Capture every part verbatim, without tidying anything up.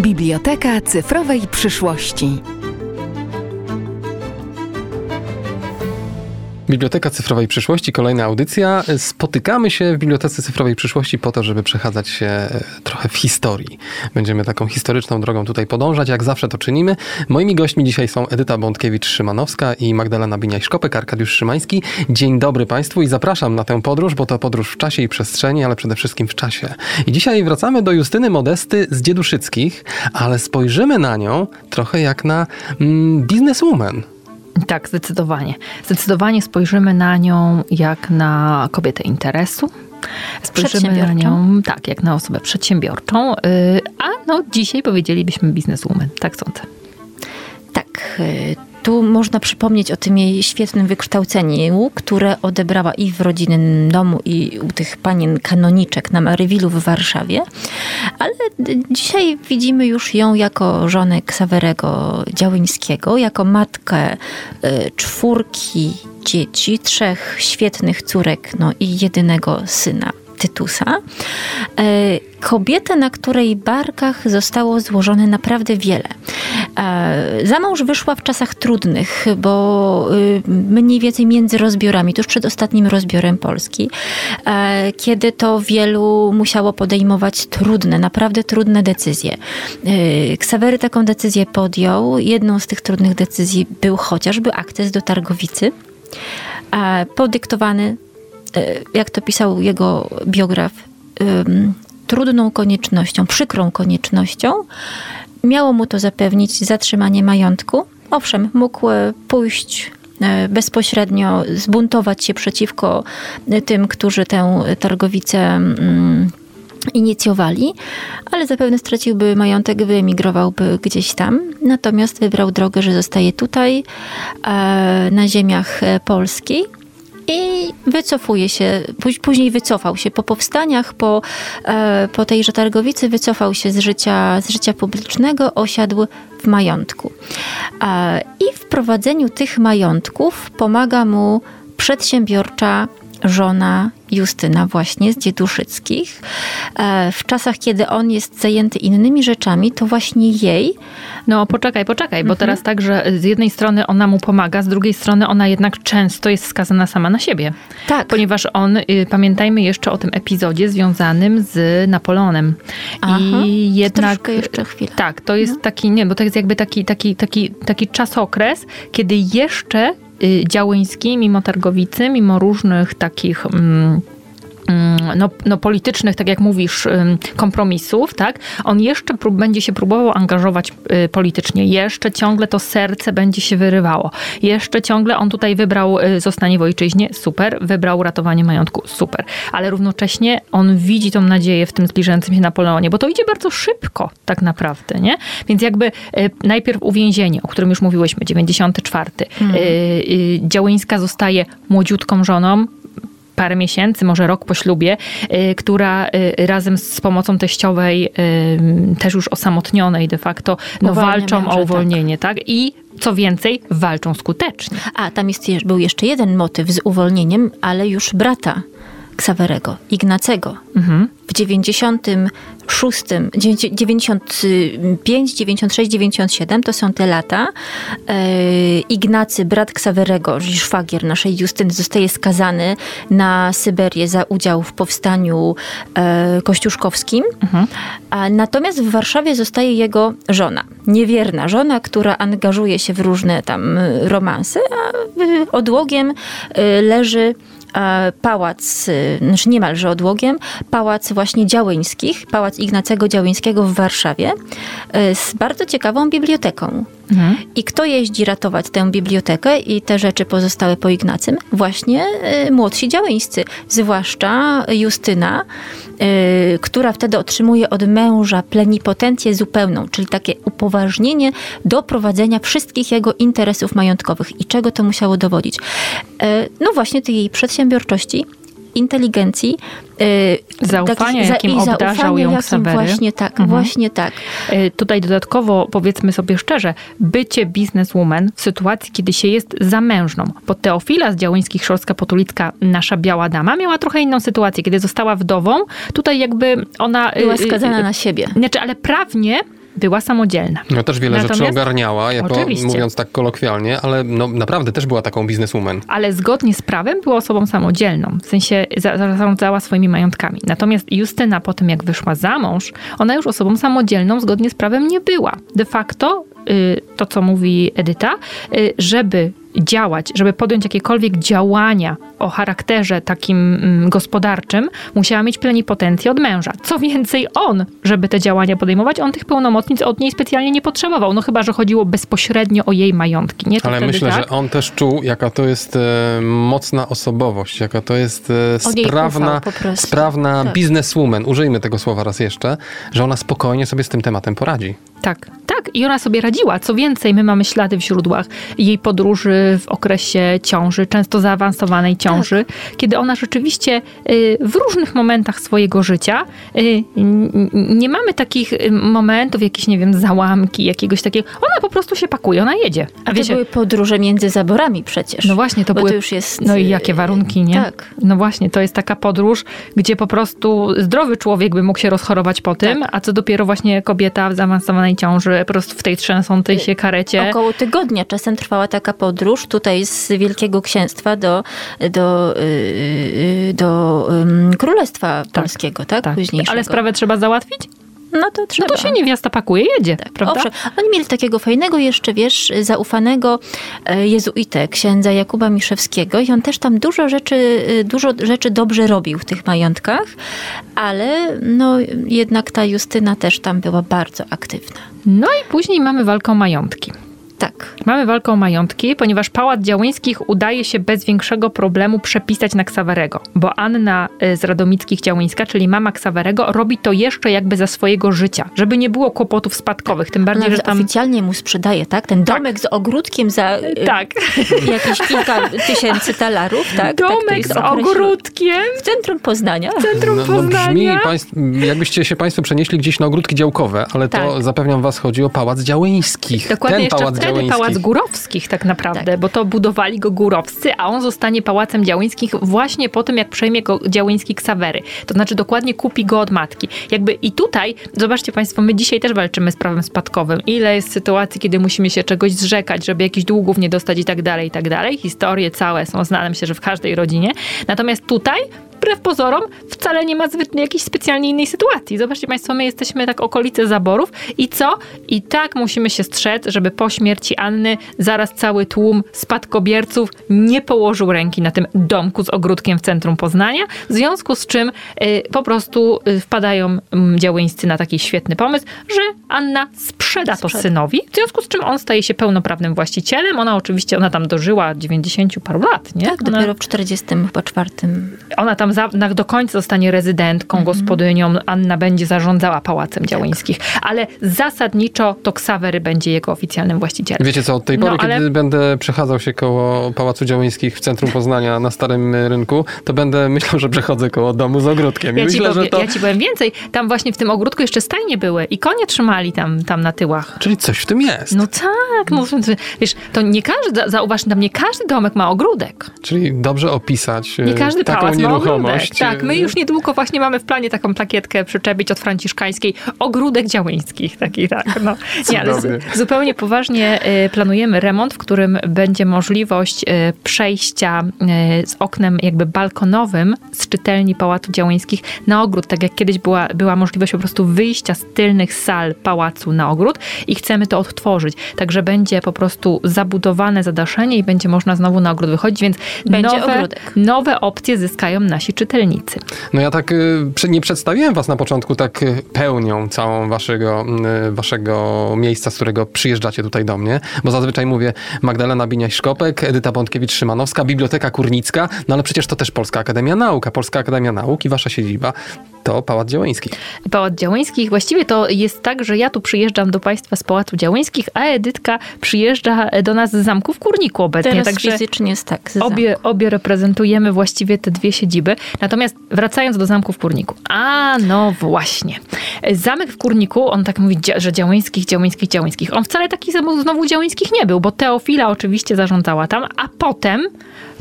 Biblioteka cyfrowej przyszłości. Biblioteka Cyfrowej Przyszłości, kolejna audycja. Spotykamy się w Bibliotece Cyfrowej Przyszłości po to, żeby przechadzać się trochę w historii. Będziemy taką historyczną drogą tutaj podążać, jak zawsze to czynimy. Moimi gośćmi dzisiaj są Edyta Bątkiewicz-Szymanowska i Magdalena Biniaj-Szkopek, Arkadiusz Szymański. Dzień dobry Państwu i zapraszam na tę podróż, bo to podróż w czasie i przestrzeni, ale przede wszystkim w czasie. I dzisiaj wracamy do Justyny Modesty z Dzieduszyckich, ale spojrzymy na nią trochę jak na mm, bizneswoman. Tak, zdecydowanie. Zdecydowanie spojrzymy na nią jak na kobietę interesu. Spojrzymy na nią tak, jak na osobę przedsiębiorczą. A no dzisiaj powiedzielibyśmy bizneswoman. Tak sądzę. Tak. Tu można przypomnieć o tym jej świetnym wykształceniu, które odebrała i w rodzinnym domu, i u tych panien kanoniczek na Marywilu w Warszawie. Ale dzisiaj widzimy już ją jako żonę Ksawerego Działyńskiego, jako matkę czwórki dzieci, trzech świetnych córek, no i jedynego syna, Tytusa. Kobietę, na której barkach zostało złożone naprawdę wiele. Za mąż wyszła w czasach trudnych, bo mniej więcej między rozbiorami, tuż przed ostatnim rozbiorem Polski, kiedy to wielu musiało podejmować trudne, naprawdę trudne decyzje. Ksawery taką decyzję podjął. Jedną z tych trudnych decyzji był chociażby akces do Targowicy, podyktowany, jak to pisał jego biograf, trudną koniecznością, przykrą koniecznością. Miało mu to zapewnić zatrzymanie majątku. Owszem, mógł pójść bezpośrednio, zbuntować się przeciwko tym, którzy tę Targowicę inicjowali, ale zapewne straciłby majątek, wyemigrowałby gdzieś tam. Natomiast wybrał drogę, że zostaje tutaj, na ziemiach Polski. I wycofuje się, później wycofał się po powstaniach, po, po tejże Targowicy, wycofał się z życia, z życia publicznego, osiadł w majątku. I w prowadzeniu tych majątków pomaga mu przedsiębiorcza żona Justyna właśnie z Dzieduszyckich. W czasach, kiedy on jest zajęty innymi rzeczami, to właśnie jej... No poczekaj, poczekaj, bo mhm. teraz tak, że z jednej strony ona mu pomaga, z drugiej strony ona jednak często jest skazana sama na siebie. Tak. Ponieważ on, pamiętajmy jeszcze o tym epizodzie związanym z Napoleonem. Aha, I jednak... troszkę jeszcze chwilę. Tak, to jest no. taki, nie, bo to jest jakby taki, taki, taki, taki czasokres, kiedy jeszcze Działyński, mimo Targowicy, mimo różnych takich mm, no, no politycznych, tak jak mówisz, kompromisów, tak? On jeszcze prób, będzie się próbował angażować politycznie. Jeszcze ciągle to serce będzie się wyrywało. Jeszcze ciągle on tutaj wybrał zostanie w ojczyźnie, super. Wybrał ratowanie majątku, super. Ale równocześnie on widzi tą nadzieję w tym zbliżającym się Napoleonie, bo to idzie bardzo szybko tak naprawdę, nie? Więc jakby najpierw uwięzienie, o którym już mówiłyśmy, dziewięćdziesiąty czwarty. Mm. Działyńska zostaje młodziutką żoną, parę miesięcy, może rok po ślubie, y, która y, razem z pomocą teściowej, y, też już osamotnionej de facto, no, walczą męża, o uwolnienie, tak? tak? I co więcej, walczą skutecznie. A, tam jest, był jeszcze jeden motyw z uwolnieniem, ale już brata Ksawerego, Ignacego. Mhm. W dziewięćdziesiątym szóstym, dziewięćdziesiąt pięć, dziewięćdziesiąt sześć, dziewięćdziesiąt siedem to są te lata. Ignacy, brat Ksawerego, czyli szwagier naszej Justyny, zostaje skazany na Syberię za udział w powstaniu kościuszkowskim. Mhm. Natomiast w Warszawie zostaje jego żona, niewierna żona, która angażuje się w różne tam romanse, a odłogiem leży pałac, znaczy niemalże odłogiem, pałac właśnie Działyńskich, pałac Ignacego Działyńskiego w Warszawie z bardzo ciekawą biblioteką. Mhm. I kto jeździ ratować tę bibliotekę i te rzeczy pozostałe po Ignacym? Właśnie młodsi Działyńscy, zwłaszcza Justyna, która wtedy otrzymuje od męża plenipotencję zupełną, czyli takie upoważnienie do prowadzenia wszystkich jego interesów majątkowych. I czego to musiało dowodzić? No właśnie tej jej przedsiębiorczości, inteligencji, zaufania, takich, jakim za, obdarzał ją Ksawery. Właśnie tak, mhm. właśnie tak. Tutaj dodatkowo, powiedzmy sobie szczerze, bycie bizneswoman w sytuacji, kiedy się jest zamężną, bo Teofila z Działyńskich-Szorska-Potulicka, nasza biała dama, miała trochę inną sytuację. Kiedy została wdową, tutaj jakby ona... Była skazana na siebie. Znaczy, ale prawnie była samodzielna. No też wiele Natomiast, rzeczy ogarniała, jako, oczywiście. mówiąc tak kolokwialnie, ale no, naprawdę też była taką bizneswoman. Ale zgodnie z prawem była osobą samodzielną, w sensie za- zarządzała swoimi majątkami. Natomiast Justyna po tym, jak wyszła za mąż, ona już osobą samodzielną zgodnie z prawem nie była. De facto y, to, co mówi Edyta, y, żeby działać, żeby podjąć jakiekolwiek działania o charakterze takim mm, gospodarczym, musiała mieć plenipotencję od męża. Co więcej, on, żeby te działania podejmować, on tych pełnomocnic od niej specjalnie nie potrzebował. No chyba, że chodziło bezpośrednio o jej majątki. Nie? To Ale wtedy myślę, tak. że on też czuł, jaka to jest e, mocna osobowość, jaka to jest e, On jej sprawna, ufał po prostu. sprawna Tak. bizneswoman, użyjmy tego słowa raz jeszcze, że ona spokojnie sobie z tym tematem poradzi. Tak, tak. I ona sobie radziła. Co więcej, my mamy ślady w źródłach jej podróży w okresie ciąży, często zaawansowanej ciąży, Tak. kiedy ona rzeczywiście y, w różnych momentach swojego życia y, n- nie mamy takich y, momentów, jakieś, nie wiem, załamki, jakiegoś takiego. Ona po prostu się pakuje, ona jedzie. A to wiecie, były podróże między zaborami przecież. no właśnie, to bo były... to już jest... No i jakie warunki, nie? Tak. No właśnie, to jest taka podróż, gdzie po prostu zdrowy człowiek by mógł się rozchorować po tym, Tak. a co dopiero właśnie kobieta w zaawansowanej ciąży, po prostu w tej trzęsącej się karecie. Około tygodnia czasem trwała taka podróż tutaj z Wielkiego Księstwa do, do, yy, do ym, Królestwa Polskiego, tak? Tak. Późniejszego. Ale sprawę trzeba załatwić? No to No trzeba. to się niewiasta pakuje, jedzie, prawda? Owszem, oni mieli takiego fajnego jeszcze, wiesz, zaufanego e, jezuitę, księdza Jakuba Miszewskiego i on też tam dużo rzeczy, e, dużo rzeczy dobrze robił w tych majątkach, ale no jednak ta Justyna też tam była bardzo aktywna. No i później mamy walkę o majątki. Tak. Mamy walkę o majątki, ponieważ Pałac Działyńskich udaje się bez większego problemu przepisać na Ksawerego, bo Anna y, z Radomickich-Działyńska, czyli mama Ksawerego, robi to jeszcze jakby za swojego życia, żeby nie było kłopotów spadkowych, tym bardziej, Ona że tam... oficjalnie mu sprzedaje, tak? Ten domek z ogródkiem za e, Tak, jakieś kilka tysięcy talarów, tak? tak to domek jest z określone. ogródkiem, W centrum Poznania. centrum No, no brzmi, Poznania. państw, jakbyście się państwo przenieśli gdzieś na ogródki działkowe, ale to Tak. zapewniam was, chodzi o Pałac Działyńskich. Dokładnie, Ten jeszcze Pałac wtedy Działyński. Pałac Górowskich tak naprawdę, Tak. bo to budowali go Górowscy, a on zostanie Pałacem Działyńskich właśnie po tym, jak przejmie go Działyński Ksawery. To znaczy dokładnie kupi go od matki. Jakby i tutaj, zobaczcie państwo, my dzisiaj też walczymy z prawem spadkowym. Ile jest sytuacji, kiedy musimy się czegoś zrzekać, żeby jakichś długów nie dostać i tak dalej, i tak dalej. Historie całe są znane, myślę, że w każdej rodzinie. Natomiast tutaj wbrew pozorom wcale nie ma zbytnio jakiejś specjalnie innej sytuacji. Zobaczcie państwo, my jesteśmy tak okolice zaborów i co? I tak musimy się strzec, żeby po śmierci Anny zaraz cały tłum spadkobierców nie położył ręki na tym domku z ogródkiem w centrum Poznania, w związku z czym y, po prostu y, wpadają y, Działyńscy na taki świetny pomysł, że Anna sprzeda to Sprzeda. synowi, w związku z czym on staje się pełnoprawnym właścicielem. Ona oczywiście, ona tam dożyła dziewięćdziesięciu paru lat, nie? Tak, ona, dopiero w czterdziestym chyba czwartym. ona tam za, na, do końca zostanie rezydentką, Mhm. gospodynią. Anna będzie zarządzała Pałacem Działyńskich. Ale zasadniczo to Ksawery będzie jego oficjalnym właścicielem. Wiecie co, od tej No, pory, ale- kiedy będę przechadzał się koło Pałacu Działyńskich w centrum Poznania na Starym Rynku, to będę myślał, że przechodzę koło domu z ogródkiem. I Ja ci, myślę, powie, że to... ja ci powiem więcej. Tam właśnie w tym ogródku jeszcze stajnie były i konie trzymali tam, tam na tyłach. Czyli coś w tym jest. No tak, no, wiesz, to nie każdy, zauważ, tam nie każdy domek ma ogródek. Czyli dobrze opisać Nie każdy taką pałac ma ogródek. nieruchomość. Tak, my już niedługo właśnie mamy w planie taką plakietkę przyczepić od franciszkańskiej. Ogródek Działyńskich, taki tak. No. Nie, ale Cudownie. z, zupełnie poważnie y, planujemy remont, w którym będzie możliwość y, przejścia y, z oknem jakby balkonowym z czytelni Pałacu Działyńskich na ogród, tak jak kiedyś była, była możliwość po prostu wyjścia z tylnych sal pałacu na ogród i chcemy to odtworzyć. Także będzie po prostu zabudowane zadaszenie i będzie można znowu na ogród wychodzić, więc Będzie nowe, ogródek. nowe opcje zyskają nasi czytelnicy. No ja tak y, prze- nie przedstawiłem was na początku tak y, pełnią całą waszego, y, waszego miejsca, z którego przyjeżdżacie tutaj do mnie, bo zazwyczaj mówię Magdalena Biniaś-Szkopek, Edyta Bątkiewicz-Szymanowska, Biblioteka Kurnicka, no ale przecież to też Polska Akademia Nauk, a Polska Akademia Nauk i wasza siedziba to Pałac Działyński. Pałac Działyńskich, właściwie to jest tak, że ja tu przyjeżdżam do państwa z Pałacu Działyńskich, a Edytka przyjeżdża do nas z zamku w Kurniku obecnie. Teraz Także fizycznie jest tak. z obie, obie reprezentujemy właściwie te dwie siedziby. Natomiast wracając do zamku w Kurniku. A, no właśnie. Zamek w Kurniku, on tak mówi, dzia- że Działyńskich, Działyńskich, Działyńskich. On wcale taki znowu Działyńskich nie był, bo Teofila oczywiście zarządzała tam, a potem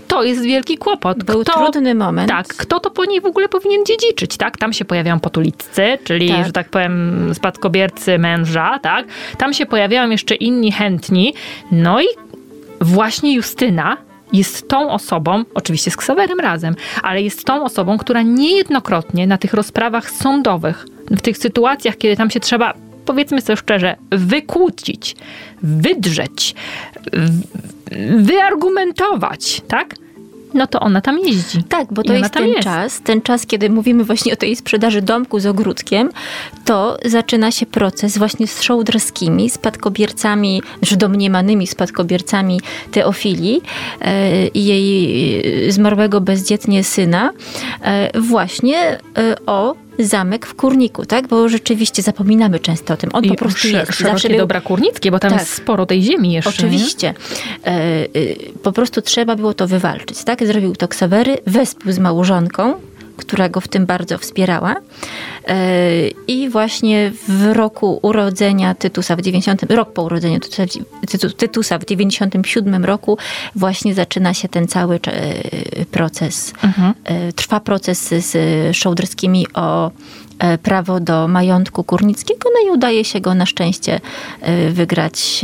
to jest wielki kłopot. Był kto, trudny moment. Tak, kto to po niej w ogóle powinien dziedziczyć, tak? Tam się pojawiają potuliccy, czyli, tak. że tak powiem, spadkobiercy męża, tak? Tam się pojawiają jeszcze inni chętni. No i właśnie Justyna jest tą osobą, oczywiście z Ksawerym razem, ale jest tą osobą, która niejednokrotnie na tych rozprawach sądowych, w tych sytuacjach, kiedy tam się trzeba, powiedzmy sobie szczerze, wykłócić, wydrzeć, wyargumentować, tak? No to ona tam jeździ. Tak, bo to jest ten jest. czas, ten czas, kiedy mówimy właśnie o tej sprzedaży domku z ogródkiem, to zaczyna się proces właśnie z Szołdrskimi, spadkobiercami, czy domniemanymi spadkobiercami Teofilii e, i jej zmarłego bezdzietnie syna, e, właśnie e, o zamek w Kurniku, tak? Bo rzeczywiście zapominamy często o tym. On I po prostu jest. Zawsze był... dobra Kurnickie, bo tam tak. jest sporo tej ziemi jeszcze. Oczywiście. E, e, po prostu trzeba było to wywalczyć, tak? Zrobił to Ksawery, wespół z małżonką, która go w tym bardzo wspierała. E, I właśnie w roku urodzenia Tytusa, w dziewięćdziesiątym rok po urodzeniu Tytusa, Tytusa w dziewięćdziesiątym siódmym roku właśnie zaczyna się ten cały proces. Mhm. E, trwa proces z Szołdrskimi o prawo do majątku kurnickiego, no i udaje się go na szczęście wygrać.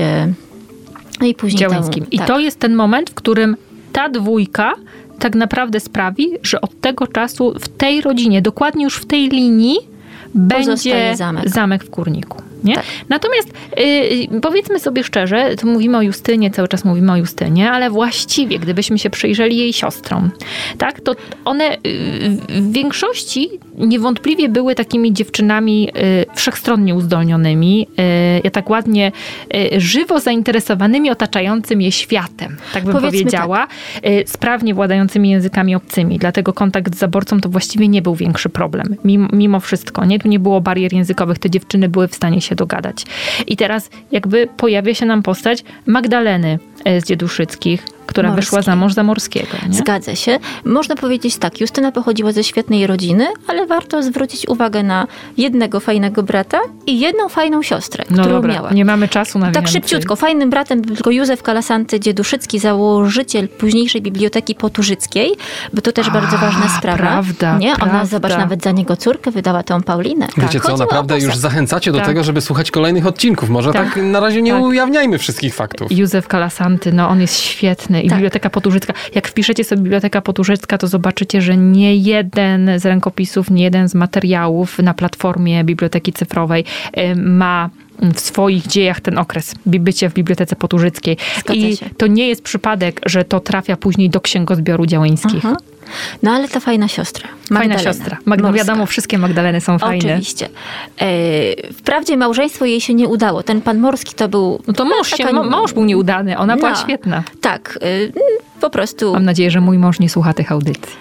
No i później Działęskim. Tą, I tak. to jest ten moment, w którym ta dwójka tak naprawdę sprawi, że od tego czasu w tej rodzinie, dokładnie już w tej linii, będzie zamek. zamek w Kurniku. Nie? Tak. Natomiast yy, powiedzmy sobie szczerze, to mówimy o Justynie, cały czas mówimy o Justynie, ale właściwie, gdybyśmy się przyjrzeli jej siostrom, tak, to one yy, w większości niewątpliwie były takimi dziewczynami yy, wszechstronnie uzdolnionymi, yy, ja tak ładnie yy, żywo zainteresowanymi otaczającym je światem, tak bym Powiedzmy powiedziała, tak. Yy, sprawnie władającymi językami obcymi. Dlatego kontakt z zaborcą to właściwie nie był większy problem. Mimo, mimo wszystko, nie? Tu nie było barier językowych, te dziewczyny były w stanie się dogadać. I teraz jakby pojawia się nam postać Magdaleny z Dzieduszyckich, która Morskiej. wyszła za mąż za Morskiego. Nie? Zgadza się. Można powiedzieć tak, Justyna pochodziła ze świetnej rodziny, ale warto zwrócić uwagę na jednego fajnego brata i jedną fajną siostrę, no którą dobra, miała. Nie mamy czasu na Tak więcej. szybciutko. Fajnym bratem był tylko Józef Kalasanty Dzieduszycki, założyciel późniejszej Biblioteki Poturzyckiej, bo to też A, bardzo ważna sprawa. Prawda, nie? Ona, prawda. zobacz, nawet za niego córkę wydała tą Paulinę. Wiecie co, Chodziło naprawdę o posag. już zachęcacie do Tak. tego, żeby słuchać kolejnych odcinków. Może tak, Tak. na razie nie Tak. ujawniajmy wszystkich faktów. Józef Kalasanty, no on jest świetny. I Tak. Biblioteka Poturzycka. Jak wpiszecie sobie Biblioteka Poturzycka, to zobaczycie, że nie jeden z rękopisów, nie jeden z materiałów na platformie Biblioteki Cyfrowej y, ma w swoich dziejach ten okres bycia w Bibliotece Poturzyckiej. Zgadza I się. to nie jest przypadek, że to trafia później do Księgozbioru Działeńskich. Aha. No ale ta fajna siostra. Fajna Magdalena siostra. Mag- Morska. wiadomo, wszystkie Magdaleny są fajne. Oczywiście. E, wprawdzie małżeństwo jej się nie udało. Ten pan Morski to był... No to mąż, się, taka- mąż był nieudany, ona była No. świetna. Tak, y, po prostu Mam nadzieję, że mój mąż nie słucha tych audycji.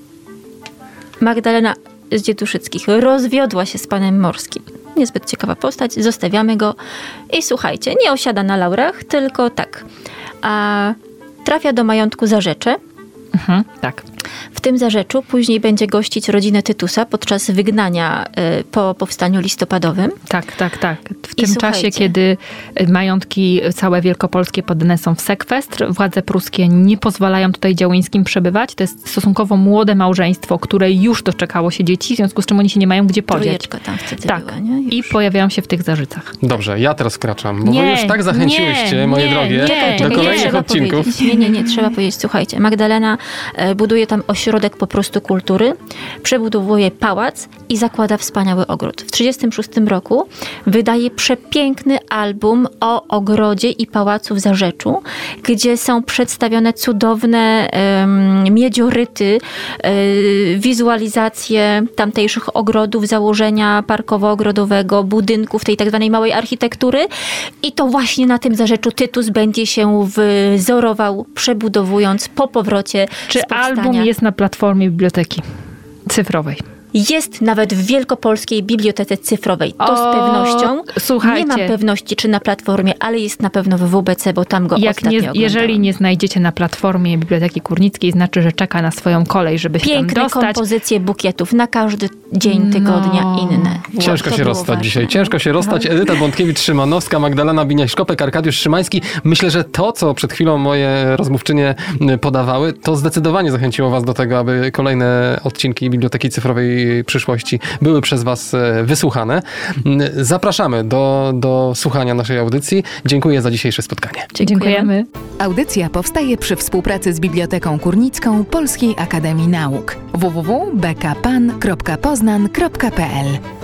Magdalena z Dzieduszyckich rozwiodła się z panem Morskim. Niezbyt ciekawa postać, zostawiamy go i słuchajcie, nie osiada na laurach, tylko tak, a trafia do majątku Zarzecze. Mhm, tak. W tym Zarzeczu później będzie gościć rodzinę Tytusa podczas wygnania y, po powstaniu listopadowym. Tak, tak, tak. W I tym słuchajcie. czasie, kiedy majątki całe wielkopolskie poddane są w sekwestr, władze pruskie nie pozwalają tutaj Działyńskim przebywać. To jest stosunkowo młode małżeństwo, które już doczekało się dzieci, w związku z czym oni się nie mają gdzie podzieć. Trójeczka tam wtedy Tak. była, nie? I Już. pojawiają się w tych Zarzycach. Dobrze, ja teraz wkraczam, bo Nie, wy już tak zachęciłyście, nie, moje nie, drogie, nie, do czekaj, kolejnych trzeba odcinków. powiedzieć. Nie, nie, nie, trzeba powiedzieć, słuchajcie, Magdalena e, buduje tam ośrodek po prostu kultury, przebudowuje pałac i zakłada wspaniały ogród. W tysiąc dziewięćset trzydziestym szóstym roku wydaje przepiękny album o ogrodzie i pałacu w Zarzeczu, gdzie są przedstawione cudowne um, miedzioryty, e, wizualizacje tamtejszych ogrodów, założenia parkowo-ogrodowego, budynków, tej tak zwanej małej architektury. I to właśnie na tym Zarzeczu Tytus będzie się wzorował, przebudowując po powrocie Czy z powstania. album jest na platformie Biblioteki Cyfrowej? Jest nawet w Wielkopolskiej Bibliotece Cyfrowej. To O, z pewnością. słuchajcie. Nie mam pewności, czy na platformie, ale jest na pewno w W B C, bo tam go Jak ostatnio nie, oglądałam. jeżeli nie znajdziecie na platformie Biblioteki Kurnickiej, znaczy, że czeka na swoją kolej, żeby się tam Piękne dostać. kompozycje bukietów, na każdy dzień tygodnia No. inne. Ciężko To się było rozstać ważne. dzisiaj. Ciężko się rozstać. Edyta Bątkiewicz-Szymanowska, Magdalena Biniaś-Kopek, Arkadiusz Szymański. Myślę, że to, co przed chwilą moje rozmówczynie podawały, to zdecydowanie zachęciło was do tego, aby kolejne odcinki Biblioteki Cyfrowej Przyszłości były przez was wysłuchane. Zapraszamy do, do słuchania naszej audycji. Dziękuję za dzisiejsze spotkanie. Dziękujemy. Audycja powstaje przy współpracy z Biblioteką Kurnicką Polskiej Akademii Nauk. w w w kropka b k pan kropka poznan kropka p l